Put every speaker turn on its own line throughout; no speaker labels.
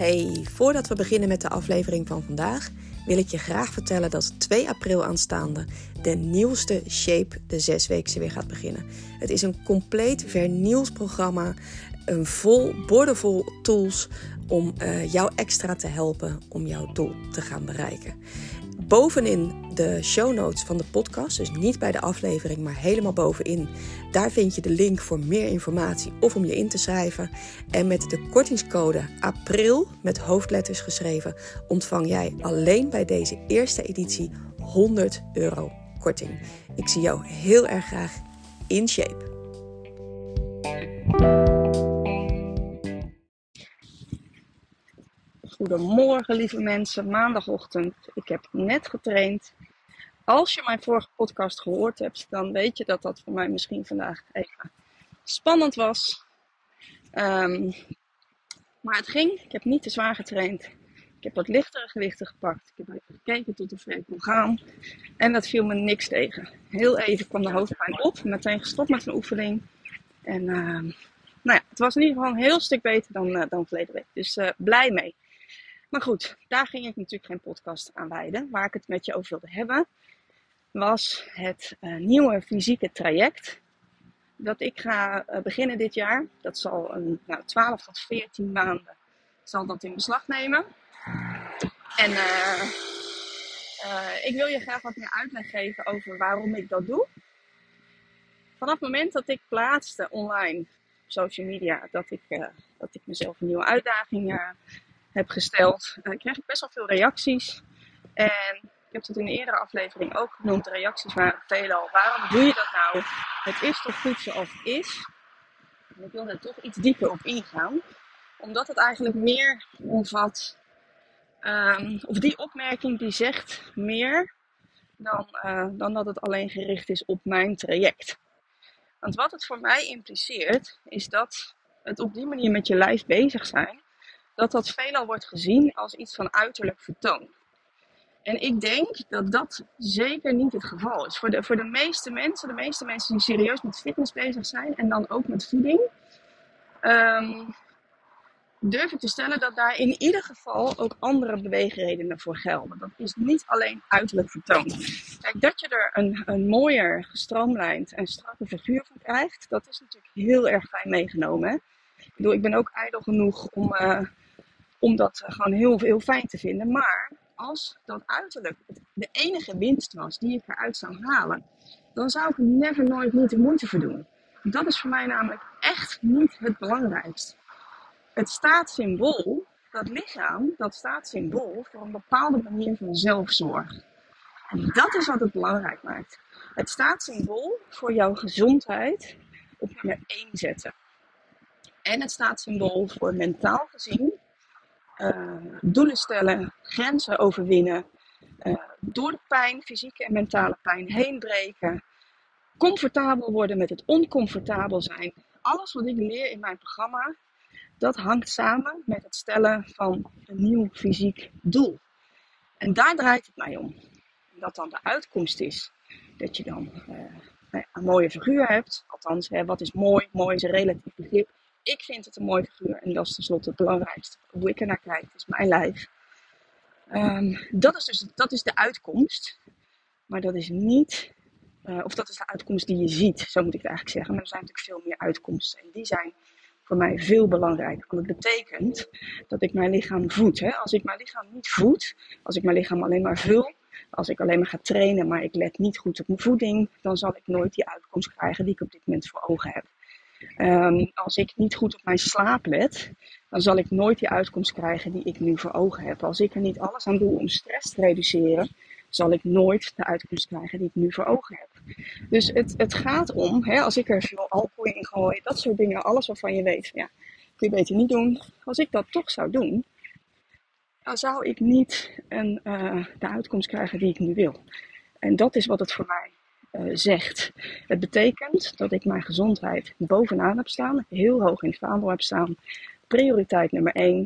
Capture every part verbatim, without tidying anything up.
Hey, voordat we beginnen met de aflevering van vandaag, wil ik je graag vertellen dat twee april aanstaande de nieuwste Shape de zesweekse weer gaat beginnen. Het is een compleet vernieuwd programma, een vol, boordevol tools om uh, jou extra te helpen om jouw doel te gaan bereiken. Bovenin de show notes van de podcast, dus niet bij de aflevering, maar helemaal bovenin. Daar vind je de link voor meer informatie of om je in te schrijven. En met de kortingscode APRIL, met hoofdletters geschreven, ontvang jij alleen bij deze eerste editie honderd euro korting. Ik zie jou heel erg graag in Shape.
Goedemorgen lieve mensen, maandagochtend. Ik heb net getraind. Als je mijn vorige podcast gehoord hebt, dan weet je dat dat voor mij misschien vandaag even spannend was. Um, maar het ging. Ik heb niet te zwaar getraind. Ik heb wat lichtere gewichten gepakt. Ik heb even gekeken tot hoe ver ik kon gaan. En dat viel me niks tegen. Heel even kwam de hoofdpijn op. Meteen gestopt met mijn oefening. En uh, nou ja, het was in ieder geval een heel stuk beter dan, uh, dan verleden week. Dus uh, blij mee. Maar goed, daar ging ik natuurlijk geen podcast aan wijden. Waar ik het met je over wilde hebben, was het uh, nieuwe fysieke traject dat ik ga uh, beginnen dit jaar. Dat zal een nou, twaalf tot veertien maanden zal dat in beslag nemen. En uh, uh, ik wil je graag wat meer uitleg geven over waarom ik dat doe. Vanaf het moment dat ik plaatste online op social media dat ik, uh, dat ik mezelf een nieuwe uitdaging uh, heb gesteld, uh, kreeg ik best wel veel reacties. En ik heb het in een eerdere aflevering ook genoemd. De reacties waren veelal: waarom doe je dat nou? Het is toch goed zoals het is? En ik wil er toch iets dieper op ingaan. Omdat het eigenlijk meer omvat. Um, of die opmerking die zegt meer dan, uh, dan dat het alleen gericht is op mijn traject. Want wat het voor mij impliceert, is dat het op die manier met je lijf bezig zijn, dat dat veelal wordt gezien als iets van uiterlijk vertoon. En ik denk dat dat zeker niet het geval is. Voor de, voor de meeste mensen, de meeste mensen die serieus met fitness bezig zijn en dan ook met voeding, um, durf ik te stellen dat daar in ieder geval ook andere beweegredenen voor gelden. Dat is niet alleen uiterlijk vertoon. Kijk, dat je er een, een mooier, gestroomlijnd en strakke figuur van krijgt, dat is natuurlijk heel erg fijn meegenomen. Hè? Ik bedoel, ik ben ook ijdel genoeg om, uh, om dat uh, gewoon heel, heel fijn te vinden. Maar als dat uiterlijk de enige winst was die ik eruit zou halen, dan zou ik never nooit niet de moeite voor doen. Dat is voor mij namelijk echt niet het belangrijkste. Het staat symbool, dat lichaam, dat staat symbool voor een bepaalde manier van zelfzorg. En dat is wat het belangrijk maakt. Het staat symbool voor jouw gezondheid op nummer één zetten. En het staat symbool voor mentaal gezien uh, doelen stellen, grenzen overwinnen, uh, door de pijn, fysieke en mentale pijn heen breken, comfortabel worden met het oncomfortabel zijn. Alles wat ik leer in mijn programma, dat hangt samen met het stellen van een nieuw fysiek doel. En daar draait het mij om. En dat dan de uitkomst is dat je dan uh, een mooie figuur hebt. Althans, hè, wat is mooi? Mooi is een relatief begrip. Ik vind het een mooi figuur en dat is tenslotte het belangrijkste. Hoe ik er naar kijk, is mijn lijf. Um, dat is dus dat is de uitkomst. Maar dat is niet, uh, of dat is de uitkomst die je ziet, zo moet ik het eigenlijk zeggen. Maar er zijn natuurlijk veel meer uitkomsten en die zijn voor mij veel belangrijker. Want het betekent dat ik mijn lichaam voed. Hè? Als ik mijn lichaam niet voed, als ik mijn lichaam alleen maar vul, als ik alleen maar ga trainen, maar ik let niet goed op mijn voeding, dan zal ik nooit die uitkomst krijgen die ik op dit moment voor ogen heb. Um, als ik niet goed op mijn slaap let, dan zal ik nooit die uitkomst krijgen die ik nu voor ogen heb. Als ik er niet alles aan doe om stress te reduceren, zal ik nooit de uitkomst krijgen die ik nu voor ogen heb. Dus het, het gaat om, hè, als ik er veel alcohol in gooi, dat soort dingen, alles waarvan je weet, ja, kun je beter niet doen. Als ik dat toch zou doen, dan zou ik niet een, uh, de uitkomst krijgen die ik nu wil. En dat is wat het voor mij uh, zegt. Het betekent dat ik mijn gezondheid bovenaan heb staan, heel hoog in het vaandel heb staan. Prioriteit nummer één.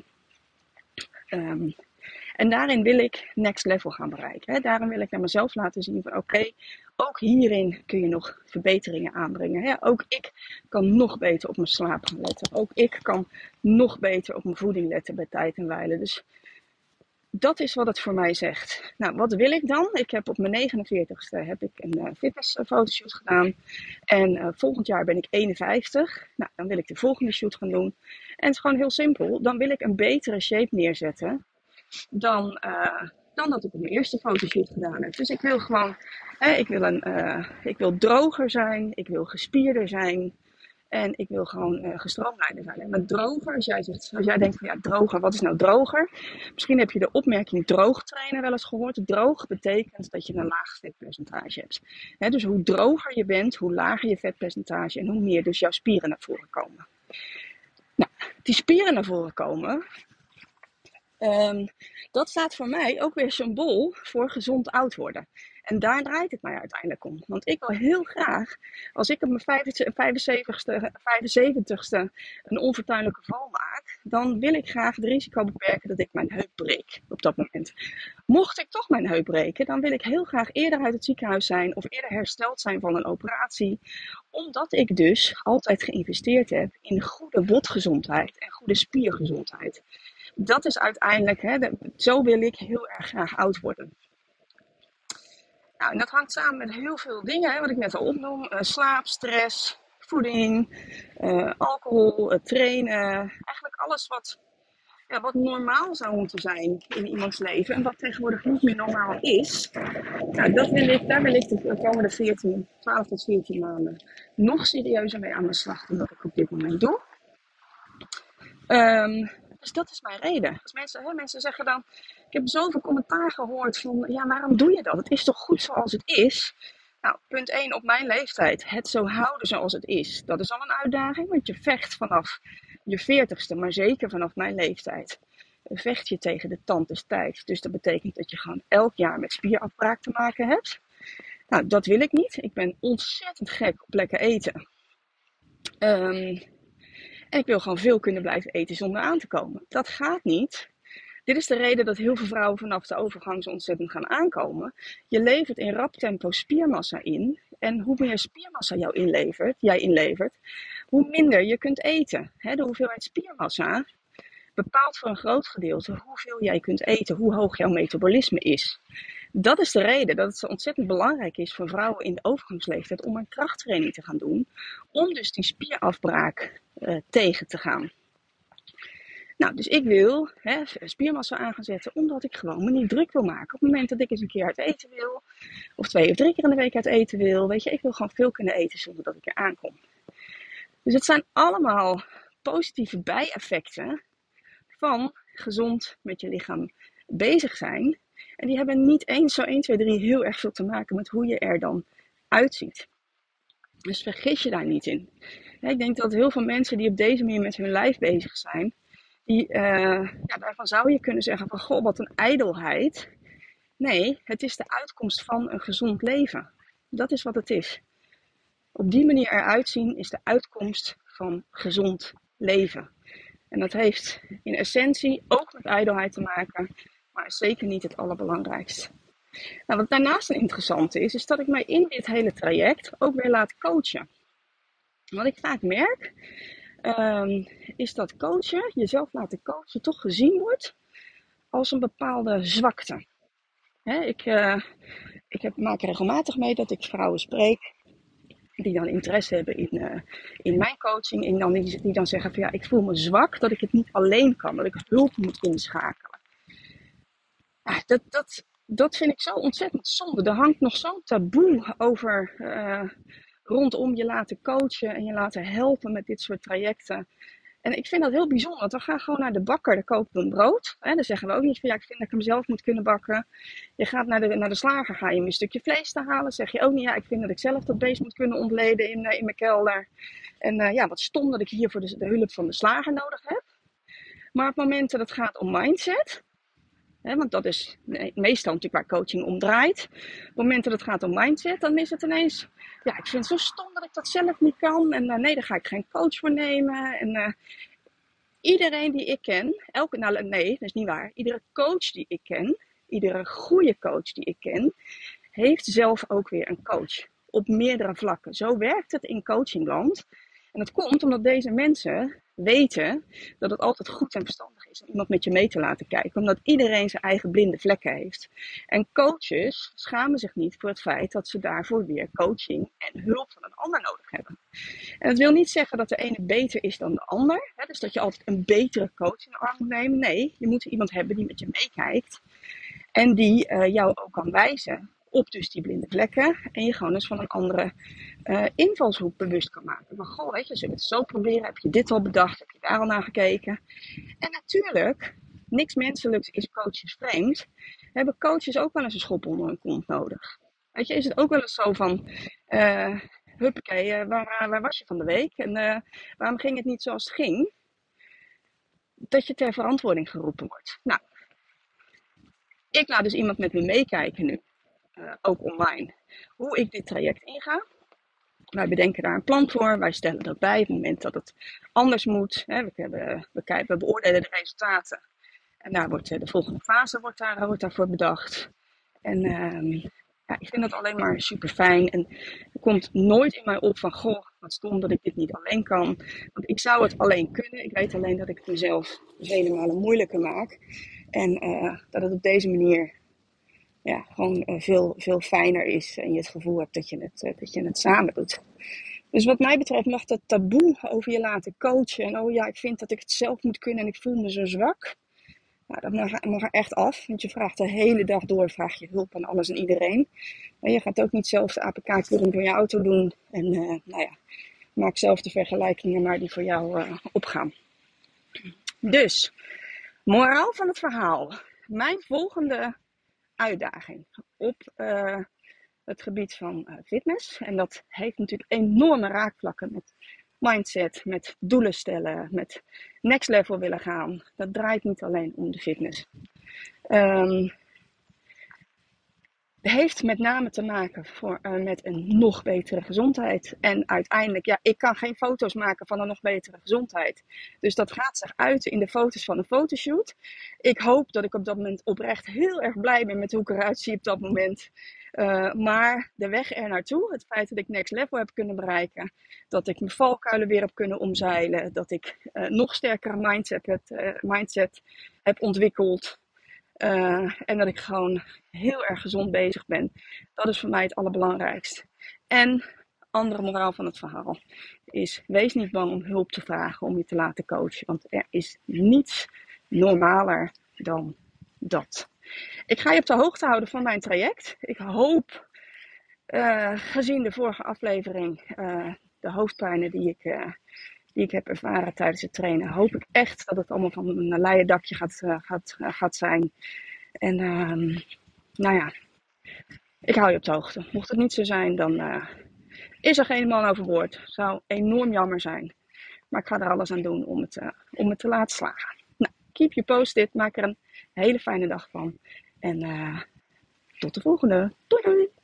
Um, En daarin wil ik next level gaan bereiken. Hè. Daarin wil ik naar mezelf laten zien van oké, okay, ook hierin kun je nog verbeteringen aanbrengen. Hè? Ook ik kan nog beter op mijn slaap gaan letten. Ook ik kan nog beter op mijn voeding letten bij tijd en wijle. Dus dat is wat het voor mij zegt. Nou, wat wil ik dan? Ik heb op mijn negenenveertigste heb ik een uh, fitnessfotoshoot gedaan. En uh, volgend jaar ben ik eenenvijftig. Nou, dan wil ik de volgende shoot gaan doen. En het is gewoon heel simpel. Dan wil ik een betere shape neerzetten dan, uh, dan dat ik op mijn eerste fotoshoot gedaan heb. Dus ik wil gewoon, hè, ik, wil een, uh, ik wil droger zijn. Ik wil gespierder zijn. En ik wil gewoon uh, gestroomlijnder zijn. En met droger, als jij, zegt, als jij denkt van ja, droger, wat is nou droger? Misschien heb je de opmerking droog trainen wel eens gehoord. Droog betekent dat je een laag vetpercentage hebt. He, dus hoe droger je bent, hoe lager je vetpercentage en hoe meer dus jouw spieren naar voren komen. Nou, die spieren naar voren komen, um, dat staat voor mij ook weer symbool voor gezond oud worden. En daar draait het mij uiteindelijk om. Want ik wil heel graag, als ik op mijn vijfenzeventigste, vijfenzeventigste een onfortuinlijke val maak, dan wil ik graag het risico beperken dat ik mijn heup breek op dat moment. Mocht ik toch mijn heup breken, dan wil ik heel graag eerder uit het ziekenhuis zijn of eerder hersteld zijn van een operatie. Omdat ik dus altijd geïnvesteerd heb in goede botgezondheid en goede spiergezondheid. Dat is uiteindelijk, hè, de, zo wil ik heel erg graag oud worden. Nou, en dat hangt samen met heel veel dingen, hè, wat ik net al opnoem. Uh, slaap, stress, voeding, uh, alcohol, uh, trainen. Eigenlijk alles wat, ja, wat normaal zou moeten zijn in iemands leven. En wat tegenwoordig niet meer normaal is. Nou, dat wil ik, daar wil ik de komende veertien, twaalf tot veertien maanden nog serieuzer mee aan de slag dan dat ik op dit moment doe. Um, Dus dat is mijn reden. Als mensen, hè, mensen zeggen dan, ik heb zoveel commentaar gehoord van, ja, waarom doe je dat? Het is toch goed zoals het is? Nou, punt één, op mijn leeftijd, het zo houden zoals het is. Dat is al een uitdaging, want je vecht vanaf je veertigste, maar zeker vanaf mijn leeftijd. Vecht je tegen de tand des tijds. Dus dat betekent dat je gewoon elk jaar met spierafbraak te maken hebt. Nou, dat wil ik niet. Ik ben ontzettend gek op lekker eten. Um, En ik wil gewoon veel kunnen blijven eten zonder aan te komen. Dat gaat niet. Dit is de reden dat heel veel vrouwen vanaf de overgang zo ontzettend gaan aankomen. Je levert in rap tempo spiermassa in. En hoe meer spiermassa jou inlevert, jij inlevert, hoe minder je kunt eten. He, de hoeveelheid spiermassa bepaalt voor een groot gedeelte hoeveel jij kunt eten, hoe hoog jouw metabolisme is. Dat is de reden dat het zo ontzettend belangrijk is voor vrouwen in de overgangsleeftijd om een krachttraining te gaan doen. Om dus die spierafbraak uh, tegen te gaan. Nou, dus ik wil hè, spiermassa aan gaan zetten omdat ik gewoon me niet druk wil maken. Op het moment dat ik eens een keer uit eten wil, of twee of drie keer in de week uit eten wil, weet je, ik wil gewoon veel kunnen eten zonder dat ik er aankom. Dus het zijn allemaal positieve bijeffecten van gezond met je lichaam bezig zijn. En die hebben niet eens zo één, twee, drie heel erg veel te maken met hoe je er dan uitziet. Dus vergis je daar niet in. Ik denk dat heel veel mensen die op deze manier met hun lijf bezig zijn, die, uh, ja, daarvan zou je kunnen zeggen van goh, wat een ijdelheid. Nee, het is de uitkomst van een gezond leven. Dat is wat het is. Op die manier eruit zien is de uitkomst van gezond leven. En dat heeft in essentie ook met ijdelheid te maken, maar is zeker niet het allerbelangrijkste. Nou, wat daarnaast een interessante is, is dat ik mij in dit hele traject ook weer laat coachen. Wat ik vaak merk, um, is dat coachen, jezelf laten coachen, toch gezien wordt als een bepaalde zwakte. He, ik uh, ik heb, maak regelmatig mee dat ik vrouwen spreek die dan interesse hebben in, uh, in mijn coaching. En dan, die, die dan zeggen van ja, ik voel me zwak, dat ik het niet alleen kan, dat ik hulp moet inschakelen. Ja, dat, dat, dat vind ik zo ontzettend zonde. Er hangt nog zo'n taboe over uh, rondom je laten coachen en je laten helpen met dit soort trajecten. En ik vind dat heel bijzonder, want we gaan gewoon naar de bakker, dan kopen we een brood. Hè, dan zeggen we ook niet van ja, ik vind dat ik hem zelf moet kunnen bakken. Je gaat naar de, naar de slager, ga je een stukje vlees te halen. Zeg je ook niet, ja, ik vind dat ik zelf dat beest moet kunnen ontleden in, uh, in mijn kelder. En uh, ja, wat stom dat ik hier voor de, de hulp van de slager nodig heb. Maar op het moment dat het gaat om mindset, hè, want dat is nee, meestal natuurlijk waar coaching om draait. Op het moment dat het gaat om mindset, dan is het ineens, ja, ik vind het zo stom dat ik dat zelf niet kan. En uh, nee, daar ga ik geen coach voor nemen. En uh, iedereen die ik ken, elke, nou nee, dat is niet waar. Iedere coach die ik ken, iedere goede coach die ik ken, heeft zelf ook weer een coach. Op meerdere vlakken. Zo werkt het in coachingland. En dat komt omdat deze mensen weten dat het altijd goed en verstandig is om iemand met je mee te laten kijken. Omdat iedereen zijn eigen blinde vlekken heeft. En coaches schamen zich niet voor het feit dat ze daarvoor weer coaching en hulp van een ander nodig hebben. En dat wil niet zeggen dat de ene beter is dan de ander. Hè? Dus dat je altijd een betere coach in de arm moet nemen. Nee, je moet iemand hebben die met je meekijkt. En die uh, jou ook kan wijzen op dus die blinde vlekken. En je gewoon eens van een andere uh, invalshoek bewust kan maken. Maar goh, weet je, zullen we het zo proberen? Heb je dit al bedacht? Heb je daar al naar gekeken? En natuurlijk, niks menselijks is coaches vreemd. Hebben coaches ook wel eens een schop onder hun kont nodig? Weet je, is het ook wel eens zo van... Uh, huppakee, uh, waar, uh, waar was je van de week? En uh, waarom ging het niet zoals het ging? Dat je ter verantwoording geroepen wordt. Nou, ik laat dus iemand met me meekijken nu. Uh, ook online, hoe ik dit traject inga. Wij bedenken daar een plan voor. Wij stellen dat bij op het moment dat het anders moet. Hè. We, hebben, we, kijken, we beoordelen de resultaten. En daar wordt de volgende fase wordt daar, wordt daarvoor bedacht. En uh, ja, ik vind dat alleen maar super fijn. En er komt nooit in mij op van, goh, wat stom dat ik dit niet alleen kan. Want ik zou het alleen kunnen. Ik weet alleen dat ik het mezelf vele malen moeilijker maak. En uh, dat het op deze manier... ja, gewoon uh, veel, veel fijner is en je het gevoel hebt dat je, het, uh, dat je het samen doet. Dus wat mij betreft mag dat taboe over je laten coachen. En oh ja, ik vind dat ik het zelf moet kunnen en ik voel me zo zwak. Nou, dat mag, mag er echt af, want je vraagt de hele dag door, vraag je hulp aan alles en iedereen. Maar je gaat ook niet zelf de A P K-keuring door je auto doen. En uh, nou ja, maak zelf de vergelijkingen maar die voor jou uh, opgaan. Dus, moraal van het verhaal. Mijn volgende... uitdaging op uh, het gebied van uh, fitness. En dat heeft natuurlijk enorme raakvlakken met mindset, met doelen stellen, met next level willen gaan. Dat draait niet alleen om de fitness. Um, Het heeft met name te maken voor, uh, met een nog betere gezondheid. En uiteindelijk, ja, ik kan geen foto's maken van een nog betere gezondheid. Dus dat gaat zich uiten in de foto's van een fotoshoot. Ik hoop dat ik op dat moment oprecht heel erg blij ben met hoe ik eruit zie op dat moment. Uh, maar de weg er naartoe, het feit dat ik next level heb kunnen bereiken. Dat ik mijn valkuilen weer heb kunnen omzeilen. Dat ik uh, nog sterkere mindset, het, uh, mindset heb ontwikkeld. Uh, en dat ik gewoon heel erg gezond bezig ben. Dat is voor mij het allerbelangrijkst. En andere moraal van het verhaal is: wees niet bang om hulp te vragen, om je te laten coachen. Want er is niets normaler dan dat. Ik ga je op de hoogte houden van mijn traject. Ik hoop, uh, gezien de vorige aflevering, uh, de hoofdpijnen die ik... Uh, die ik heb ervaren tijdens het trainen, hoop ik echt dat het allemaal van een leien dakje gaat, uh, gaat, uh, gaat zijn. En uh, nou ja, ik hou je op de hoogte. Mocht het niet zo zijn, dan uh, is er geen man overboord. Zou enorm jammer zijn. Maar ik ga er alles aan doen om het, uh, om het te laten slagen. Nou, keep you posted. Maak er een hele fijne dag van. En uh, tot de volgende. Doei doei!